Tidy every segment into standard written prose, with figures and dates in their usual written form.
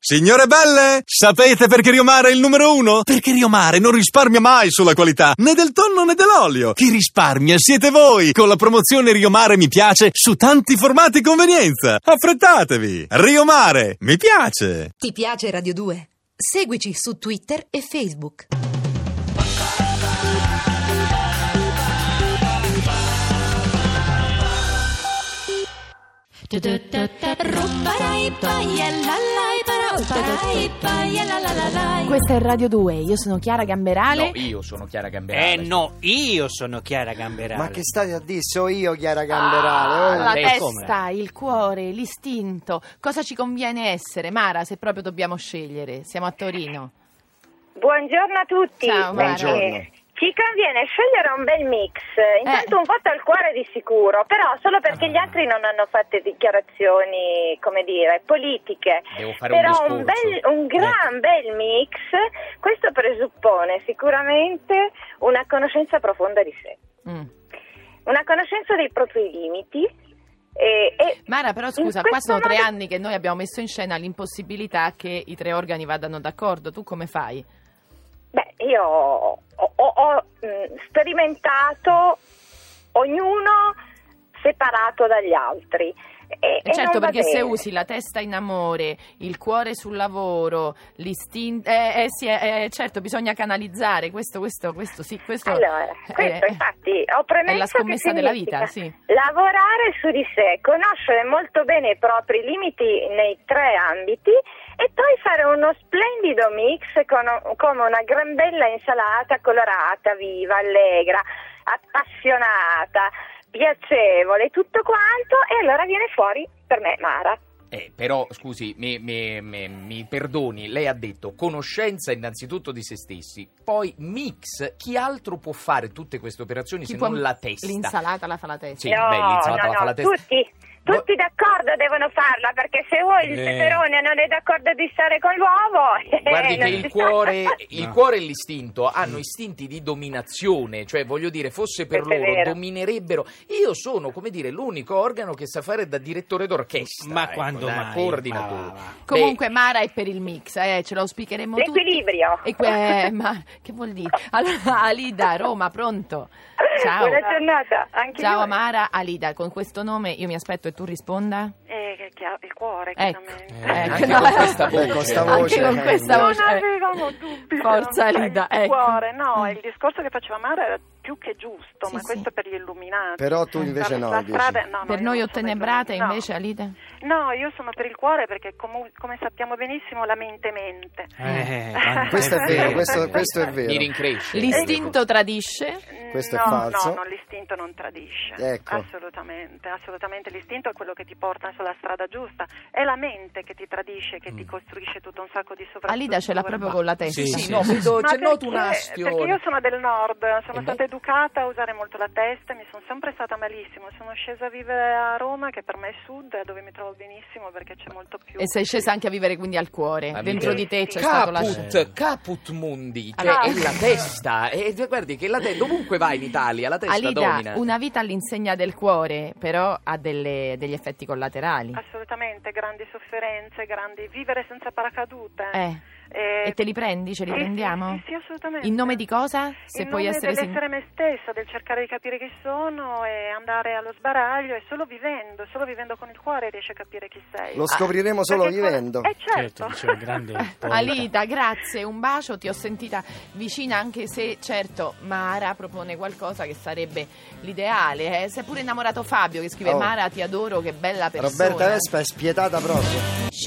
Signore belle, sapete perché Rio Mare è il numero 1? Perché Rio Mare non risparmia mai sulla qualità, né del tonno né dell'olio. Chi risparmia siete voi, con la promozione Rio Mare mi piace su tanti formati convenienza. Affrettatevi! Rio Mare, mi piace! Ti piace Radio 2? Seguici su Twitter e Facebook. Questa è Radio 2, io sono Chiara Gamberale. No, io sono Chiara Gamberale. No, io sono Chiara Gamberale. Ma che state a dire? So io Chiara Gamberale. La lei testa, il cuore, l'istinto. Cosa ci conviene essere, Mara, se proprio dobbiamo scegliere? Siamo a Torino. Buongiorno a tutti. Ciao, Mara. Buongiorno. Ci conviene scegliere un bel mix. Intanto un voto al cuore di sicuro, però solo perché gli altri non hanno fatto dichiarazioni, come dire, politiche. Devo fare però un discorso. un gran bel mix, questo presuppone sicuramente una conoscenza profonda di sé. Una conoscenza dei propri limiti. Mara, però scusa, qua sono 3 anni che noi abbiamo messo in scena l'impossibilità che i 3 organi vadano d'accordo. Tu come fai? Beh, io ho sperimentato ognuno separato dagli altri. E certo, non va perché se bene. usi la testa in amore, il cuore sul lavoro, l'istinto... certo, bisogna canalizzare, questo sì, questo... Allora, questo infatti ho premesso è la scommessa che della significa vita, sì. lavorare su di sé, conoscere molto bene i propri limiti nei 3 ambiti e poi fare uno splendido mix come una gran bella insalata colorata, viva, allegra, appassionata, piacevole, tutto quanto, e allora viene fuori per me Mara. Però, scusi, mi perdoni, lei ha detto conoscenza innanzitutto di se stessi, poi mix, chi altro può fare tutte queste operazioni se non la testa? L'insalata la fa la testa. Sì, l'insalata la fa la testa. Tutti d'accordo devono farla, perché se vuoi il peperone non è d'accordo di stare con l'uovo... Guardi che non il si cuore e l'istinto hanno istinti di dominazione, cioè voglio dire, fosse per Questo è loro vero. dominerebbero. Io sono, come dire, l'unico organo che sa fare da direttore d'orchestra. Ma quando da mai? coordinatore. Va. Comunque Mara è per il mix, ce lo auspicheremo tutti. L'equilibrio. Ma che vuol dire? Allora, Alida, Roma, pronto? Ciao. Buona giornata, anche Ciao noi. Mara, Alida, con questo nome io mi aspetto e tu risponda? Il cuore, Ecco. Anche no, con questa voce. questa anche voce, con questa Non voce. avevamo dubbi. Forza Alida, il ecco. cuore, no, il discorso che faceva Mara era più che giusto, Sì, ma sì. questo per gli illuminati. Però tu invece no, La dici. strada, no, Per io noi non sono ottenebrate illuminata. invece, Alida? No, io sono per il cuore perché come sappiamo benissimo la mente mente. Questo è vero, questo è vero. Mi rincresce. L'istinto tradisce? Questo è No, falso. No, l'istinto non tradisce. Ecco. Assolutamente. L'istinto è quello che ti porta sulla strada giusta. È la mente che ti tradisce, che ti costruisce tutto un sacco di soprattutto. Alida ce l'ha proprio con la testa. Sì, no, vedo, Ma c'è noto un perché astio. io sono del nord, sono beh. stata educata a usare molto la testa e mi sono sempre stata malissimo. Sono scesa a vivere a Roma, che per me è sud, dove mi trovo benissimo perché c'è molto più. E sei scesa anche a vivere quindi al cuore. A Dentro vivere. di te c'è stato la Caput mundi, cioè è la testa. E guardi che dovunque vai in Italia, la testa Alida, domina. una vita all'insegna del cuore, però ha degli effetti collaterali. Assolutamente, grandi sofferenze, grandi vivere senza paracadute. E te li prendi? Ce li Sì, prendiamo? Sì, assolutamente. In nome di cosa? Se in puoi nome essere dell'essere me stessa, del cercare di capire chi sono e andare allo sbaraglio, e solo vivendo con il cuore riesci a capire chi sei. Lo scopriremo solo Perché vivendo. certo. Diceva il grande poeta. Alida, grazie, un bacio, ti ho sentita vicina, anche se certo Mara propone qualcosa che sarebbe l'ideale. Si è pure innamorato Fabio che scrive: Oh. Mara, ti adoro, che bella persona. Roberta Vespa è spietata proprio.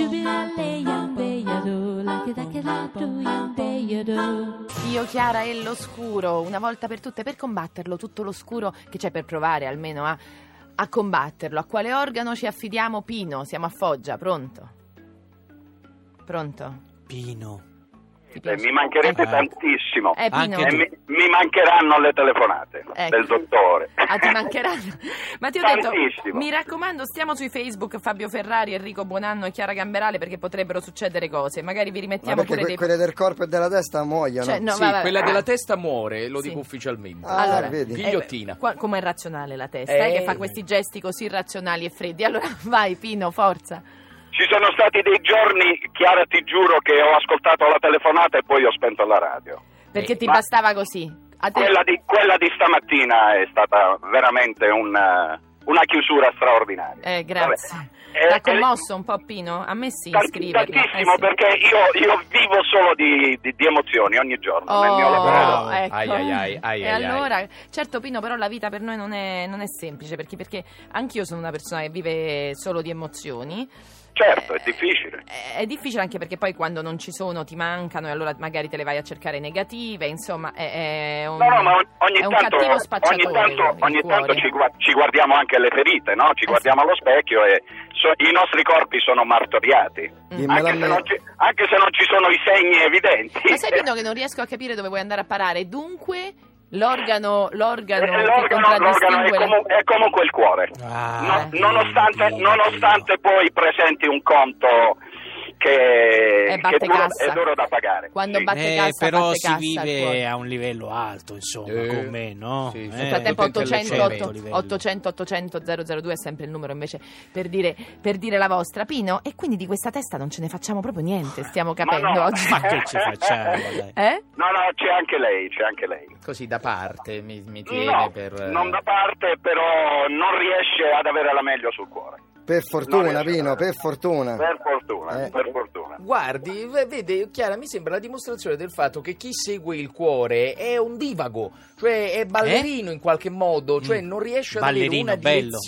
Io, Chiara e l'oscuro, una volta per tutte, per combatterlo, tutto l'oscuro che c'è, per provare almeno a combatterlo. A quale organo ci affidiamo? Pino, siamo a Foggia, pronto? Pronto? Pino. Ti piace? Mi mancherebbe Ecco. tantissimo. Pino. Anche E tu. mi mancheranno le telefonate Ecco. del dottore. Ti mancheranno. Ma ti ho detto, Tantissimo. mi raccomando, stiamo sui Facebook, Fabio Ferrari, Enrico Buonanno e Chiara Gamberale, perché potrebbero succedere cose. Magari vi Ma rimettiamo perché pure dei... quelle del corpo e della testa muoiono. Cioè, no, Sì, vabbè. quella della testa muore, lo Sì. dico ufficialmente. Ah, vedi. Ghigliottina. Come è razionale la testa, Eh. che fa questi gesti così razionali e freddi. Allora vai Pino, forza. Ci sono stati dei giorni, Chiara, ti giuro, che ho ascoltato la telefonata e poi ho spento la radio. Perché ti bastava così? A te... Quella di stamattina è stata veramente una chiusura straordinaria. Grazie. T'ha commosso un po', Pino? A me sì, scriverlo. Tantissimo, sì. Perché io vivo solo di emozioni ogni giorno nel mio lavoro. Ecco. E allora, certo, Pino, però la vita per noi non è semplice, perché anch'io sono una persona che vive solo di emozioni. Certo, è difficile. È difficile anche perché poi quando non ci sono ti mancano e allora magari te le vai a cercare negative, insomma è un cattivo spacciatore. Ogni tanto ci guardiamo anche le ferite, no? Ci guardiamo allo specchio e i nostri corpi sono martoriati, anche se non ci sono i segni evidenti. Ma sai, Pino, che non riesco a capire dove vuoi andare a parare, dunque... L'organo è comunque il cuore. Nonostante poi presenti un conto che è duro da pagare. Quando batte cassa, però batte si cassa, vive a un livello alto, insomma, con me, no? Sì. Nel frattempo 800 002 è sempre il numero invece per dire la vostra. Pino, e quindi di questa testa non ce ne facciamo proprio niente, stiamo capendo oggi. Ma che ci facciamo? Dai. No, c'è anche lei. Così da parte mi tiene non da parte, però non riesce ad avere la meglio sul cuore. Per fortuna, Pino, per fortuna. Per fortuna. Guardi, vede, Chiara, mi sembra la dimostrazione del fatto che chi segue il cuore è un divago, cioè è ballerino in qualche modo, cioè non riesce ad avere una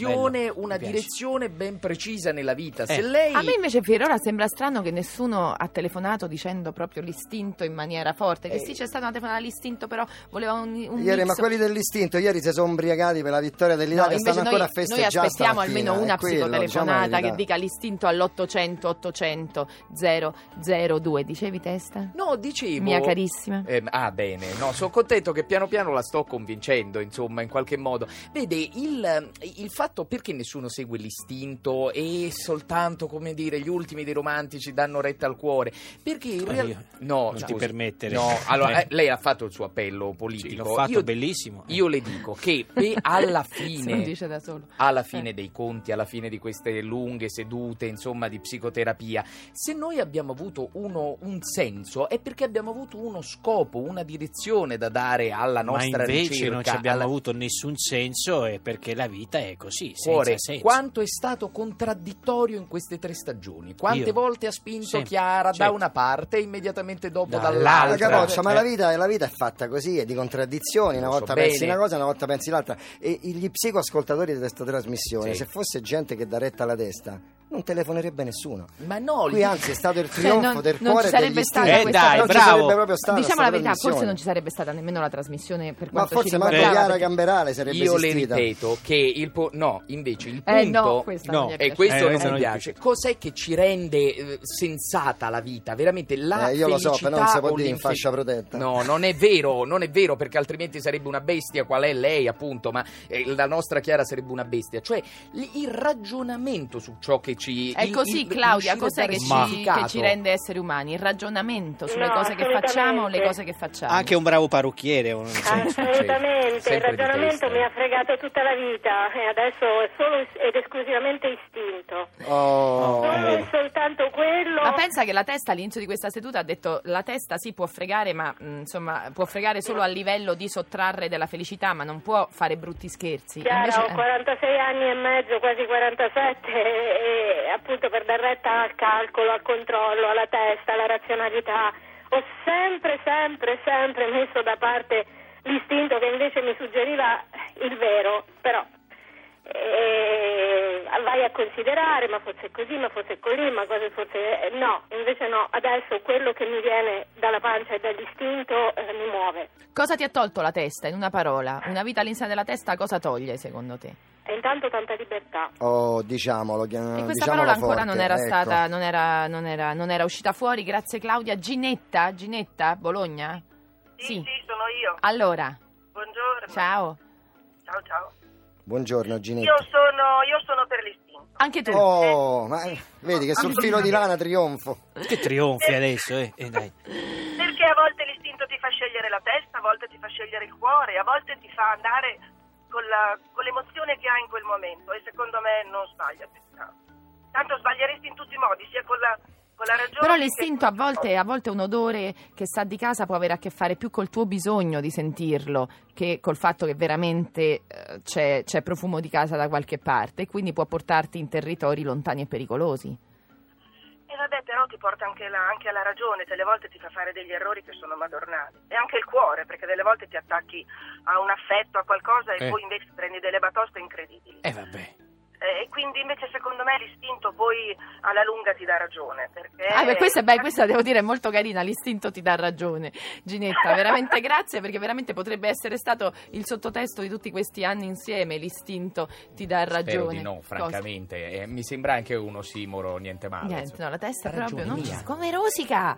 direzione ben precisa nella vita. Se lei... A me invece per ora sembra strano che nessuno ha telefonato dicendo proprio l'istinto in maniera forte, che sì, c'è stata una telefonata all'istinto, però voleva un ieri, ma quelli dell'istinto ieri si sono ubriacati per la vittoria dell'Italia, stanno ancora a festeggiare. Noi aspettiamo almeno una psicotelefonata che dica l'istinto all'800 800 002. Dicevi, Testa? No, dicevo, mia carissima. Bene, no, sono contento che piano piano la sto convincendo, insomma, in qualche modo. Vede, il fatto, perché nessuno segue l'istinto e soltanto, come dire, gli ultimi dei romantici danno retta al cuore? Perché in realtà... No, non ti permettere. No, allora, lei ha fatto il suo appello politico. Sì, l'ho fatto, bellissimo. Io le dico che alla fine... lo dice da solo. Alla fine dei conti, alla fine di queste lunghe sedute, insomma, di psicoterapia, se noi abbiamo avuto un senso è perché abbiamo avuto uno scopo, una direzione da dare alla nostra ricerca. Ma invece non ci abbiamo avuto nessun senso, è perché la vita è così, Cuore, senza senso. Quanto è stato contraddittorio in queste 3 stagioni, quante volte ha spinto Chiara da una parte e immediatamente dopo dall'altra. Capoccia, ma la vita è fatta così, è di contraddizioni, una volta pensi una cosa, una volta pensi l'altra, e gli psicoascoltatori di questa trasmissione, se fosse gente che dà retta alla testa, non telefonerebbe nessuno. Ma no, qui anzi è stato il trionfo del non cuore ci sarebbe stata dai, bravo. Diciamo la verità, forse non ci sarebbe stata nemmeno la trasmissione per quanto ma forse manco Chiara Gamberale sarebbe esistita. Io le ripeto che il punto e questo non mi piace. Cos'è che ci rende sensata la vita? Veramente la io felicità, lo so, però non si può dire in fascia protetta. No, non è vero, perché altrimenti sarebbe una bestia, qual è lei appunto, ma la nostra Chiara sarebbe una bestia. Cioè il ragionamento su ciò che ci... È così, Claudia, cos'è che ci rende esseri umani? Il ragionamento sulle cose che facciamo, le cose che facciamo. Anche un bravo parrucchiere. Assolutamente, il ragionamento mi ha fregato tutta la vita e adesso è solo ed esclusivamente istinto. Solo e soltanto quello. Ma pensa che la testa all'inizio di questa seduta ha detto la testa sì può fregare, ma insomma può fregare solo a livello di sottrarre della felicità, ma non può fare brutti scherzi. Chiara, invece, ho 46 anni e mezzo, quasi 47 e appunto per dar retta al calcolo, al controllo, alla testa, alla razionalità ho sempre messo da parte l'istinto che invece mi suggeriva il vero, però vai a considerare, ma forse è così, ma forse è così, ma cosa forse no, invece no, adesso quello che mi viene dalla pancia e dall'istinto mi muove. Cosa ti ha tolto la testa, in una parola? Una vita all'interno della testa cosa toglie secondo te? E intanto tanta libertà. Diciamolo. E questa parola ancora non era stata, non era uscita fuori. Grazie Claudia. Ginetta, Bologna? Sì, sono io. Allora. Buongiorno. Ciao. Buongiorno Ginetta. Io sono per l'istinto. Anche tu. Ma vedi che sul filo di lana trionfo. Che trionfi adesso, dai. Perché a volte l'istinto ti fa scegliere la testa, a volte ti fa scegliere il cuore, a volte ti fa andare con l'emozione che hai in quel momento, e secondo me non sbaglia. tanto sbaglieresti in tutti i modi, sia con la ragione. Però l'istinto a volte un odore che sa di casa può avere a che fare più col tuo bisogno di sentirlo che col fatto che veramente c'è profumo di casa da qualche parte, e quindi può portarti in territori lontani e pericolosi. E vabbè, però ti porta anche alla ragione, delle volte ti fa fare degli errori che sono madornali. E anche il cuore, perché delle volte ti attacchi a un affetto, a qualcosa, e poi invece prendi delle batoste incredibili. Vabbè. E quindi invece secondo me l'istinto poi alla lunga ti dà ragione, perché... Questa devo dire è molto carina, l'istinto ti dà ragione. Ginetta, veramente grazie, perché veramente potrebbe essere stato il sottotesto di tutti questi anni insieme, l'istinto ti dà ragione. Spero di no, francamente. Mi sembra anche un ossimoro, niente male. Niente, no, la testa proprio non mia. come rosica.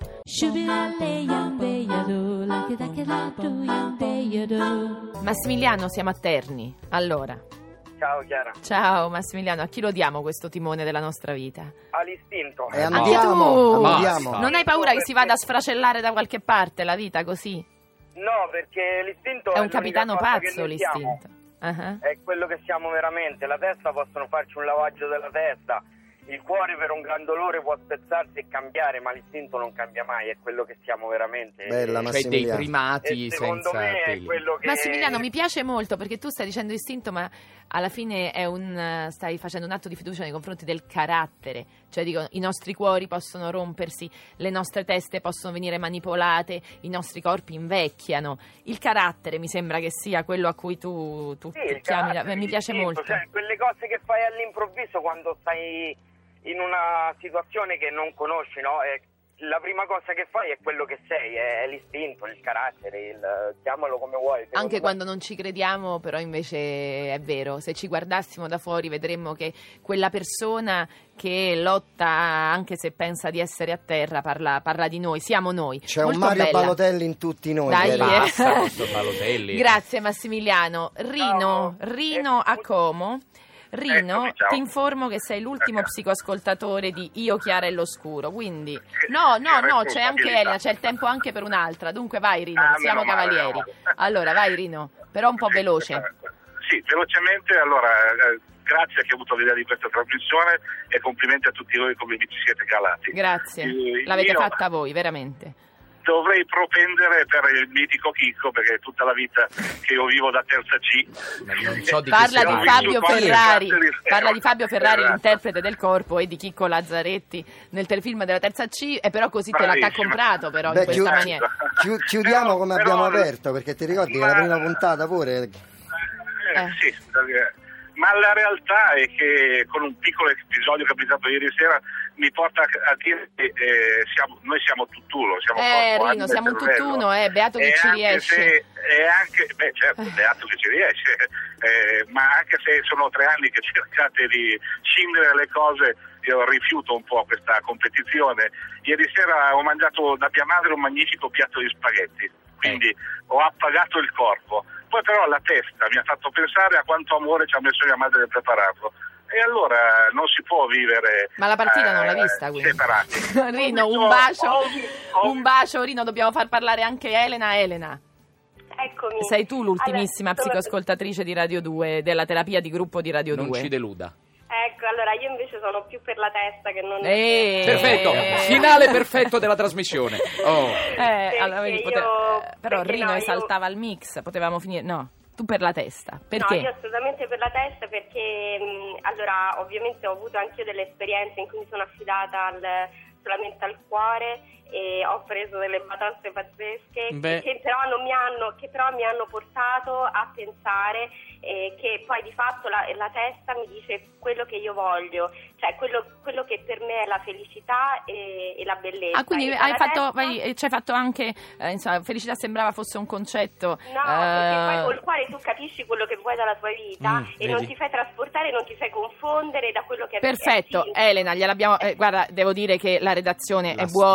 Massimiliano, siamo a Terni. Allora. Ciao Chiara. Ciao Massimiliano, a chi lo diamo questo timone della nostra vita? All'istinto. Anche tu! Andiamo. Non hai paura che si vada a sfracellare da qualche parte la vita così? No, perché l'istinto è un capitano pazzo, l'istinto. È quello che siamo veramente. La testa possono farci un lavaggio della testa. Il cuore per un gran dolore può spezzarsi e cambiare, ma l'istinto non cambia mai, è quello che siamo veramente. Bella, cioè dei primati secondo senza me peli. è quello che... Massimiliano, mi piace molto perché tu stai dicendo istinto, ma alla fine stai facendo un atto di fiducia nei confronti del carattere. Cioè dico, i nostri cuori possono rompersi, le nostre teste possono venire manipolate, i nostri corpi invecchiano. Il carattere mi sembra che sia quello a cui tu chiami, mi piace molto. Cioè, quelle cose che fai all'improvviso quando stai in una situazione che non conosci, no? La prima cosa che fai è quello che sei, è l'istinto, il carattere, chiamalo come vuoi. Anche quando non ci crediamo, però invece è vero, se ci guardassimo da fuori vedremmo che quella persona che lotta anche se pensa di essere a terra parla di noi, siamo noi. C'è molto un Mario bella. Balotelli in tutti noi. Dai, Basta questo Balotelli. Grazie Massimiliano. Rino a Como. Rino, ti informo che sei l'ultimo psicoascoltatore di Io, Chiara e l'Oscuro, quindi no, c'è anche Elena, c'è il tempo anche per un'altra, dunque vai Rino, siamo cavalieri. Allora vai Rino, però un po' veloce. Sì, velocemente, allora grazie che hai avuto l'idea di questa trasmissione e complimenti a tutti voi come vi ci siete calati. Grazie, l'avete fatta voi, veramente. Dovrei propendere per il mitico Chicco, perché è tutta la vita che io vivo da terza C. Non so di Parla di Fabio Ferrari, Esatto. l'interprete del corpo, e di Chicco Lazzaretti nel telefilm della terza C, e però così te l'ha comprato però in questa maniera. Chiudiamo come abbiamo aperto, perché ti ricordi che la prima puntata pure... Sì, ma la realtà è che con un piccolo episodio capitato ieri sera mi porta a dire che noi siamo tutt'uno, Rino, siamo un tutt'uno, beato che ci riesce. Certo, beato che ci riesce, ma anche se sono 3 anni che cercate di scindere le cose, io rifiuto un po' questa competizione. Ieri sera ho mangiato da mia madre un magnifico piatto di spaghetti, quindi ho appagato il corpo. Poi però la testa mi ha fatto pensare a quanto amore ci ha messo mia madre nel prepararlo. E allora non si può vivere. Ma la partita non l'hai vista, quindi? Separati. Rino, un bacio, Rino, dobbiamo far parlare anche Elena. Eccomi. Sei tu l'ultimissima psicoascoltatrice di Radio 2, della terapia di gruppo di Radio 2. Non ci deluda. Ecco, allora io invece sono più per la testa che non... Perfetto, finale perfetto della trasmissione. Allora, vedi, però Rino esaltava il mix, potevamo finire... No, tu per la testa, perché? No, io assolutamente per la testa perché, allora, ovviamente ho avuto anche io delle esperienze in cui mi sono affidata solamente al cuore e ho preso delle batoste pazzesche che però mi hanno portato a pensare che poi di fatto la testa mi dice quello che io voglio, cioè quello che per me è la felicità e la bellezza. Ah, quindi ci hai fatto anche, insomma, felicità sembrava fosse un concetto. No, perché poi col cuore tu capisci quello che vuoi dalla tua vita e non ti fai trasportare, non ti fai confondere da quello che è. Perfetto, Elena, gliel'abbiamo. Guarda, devo dire che la redazione è buona e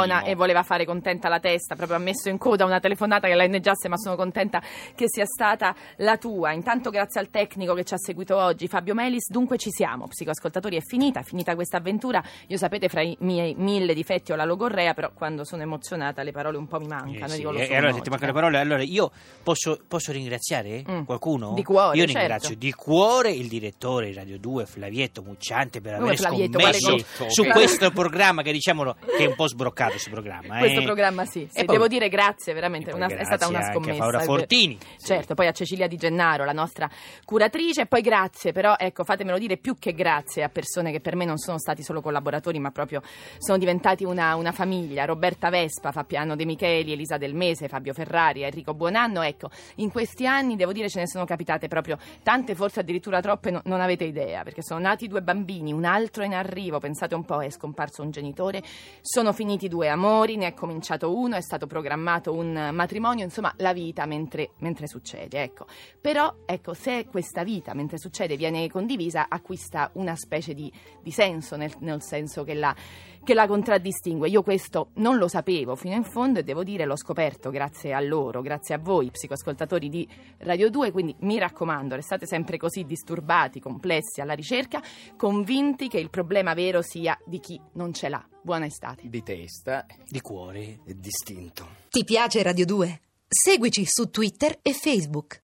voleva fare contenta la testa, proprio ha messo in coda una telefonata che la inneggiasse, ma sono contenta che sia stata la tua. Intanto grazie al tecnico che ci ha seguito oggi, Fabio Melis. Dunque ci siamo, psicoascoltatori, è finita questa avventura. Io sapete, fra i miei 1000 difetti ho la logorrea, però quando sono emozionata le parole un po' mi mancano. Sì. Dico, E allora se ti mancano le parole, allora io posso ringraziare qualcuno? Di cuore, io certo. ringrazio di cuore il direttore di Radio 2, Flavietto Mucciante, per aver Flavietto, scommesso su questo programma che diciamolo che è un po' sbroccato questo programma. Questo programma sì. E poi, devo dire grazie, veramente, grazie è stata una scommessa. anche a Paola Fortini. Certo, poi a Cecilia Di Gennaro, la nostra curatrice, e poi grazie, però ecco, fatemelo dire, più che grazie a persone che per me non sono stati solo collaboratori, ma proprio sono diventati una famiglia. Roberta Vespa, Fabiano De Micheli, Elisa Del Mese, Fabio Ferrari, Enrico Buonanno. Ecco, in questi anni devo dire ce ne sono capitate proprio tante, forse addirittura troppe, non avete idea, perché sono nati 2 bambini, un altro in arrivo, pensate un po', è scomparso un genitore, sono finiti 2 amori, ne è cominciato uno, è stato programmato un matrimonio, insomma la vita mentre succede, ecco. Però ecco, se questa vita mentre succede viene condivisa, acquista una specie di senso, nel senso che la contraddistingue. Io questo non lo sapevo fino in fondo e devo dire l'ho scoperto grazie a loro, grazie a voi psicoascoltatori di Radio 2, quindi mi raccomando, restate sempre così disturbati, complessi alla ricerca, convinti che il problema vero sia di chi non ce l'ha. Buona estate. Di testa, di cuore e distinto. Ti piace Radio 2? Seguici su Twitter e Facebook.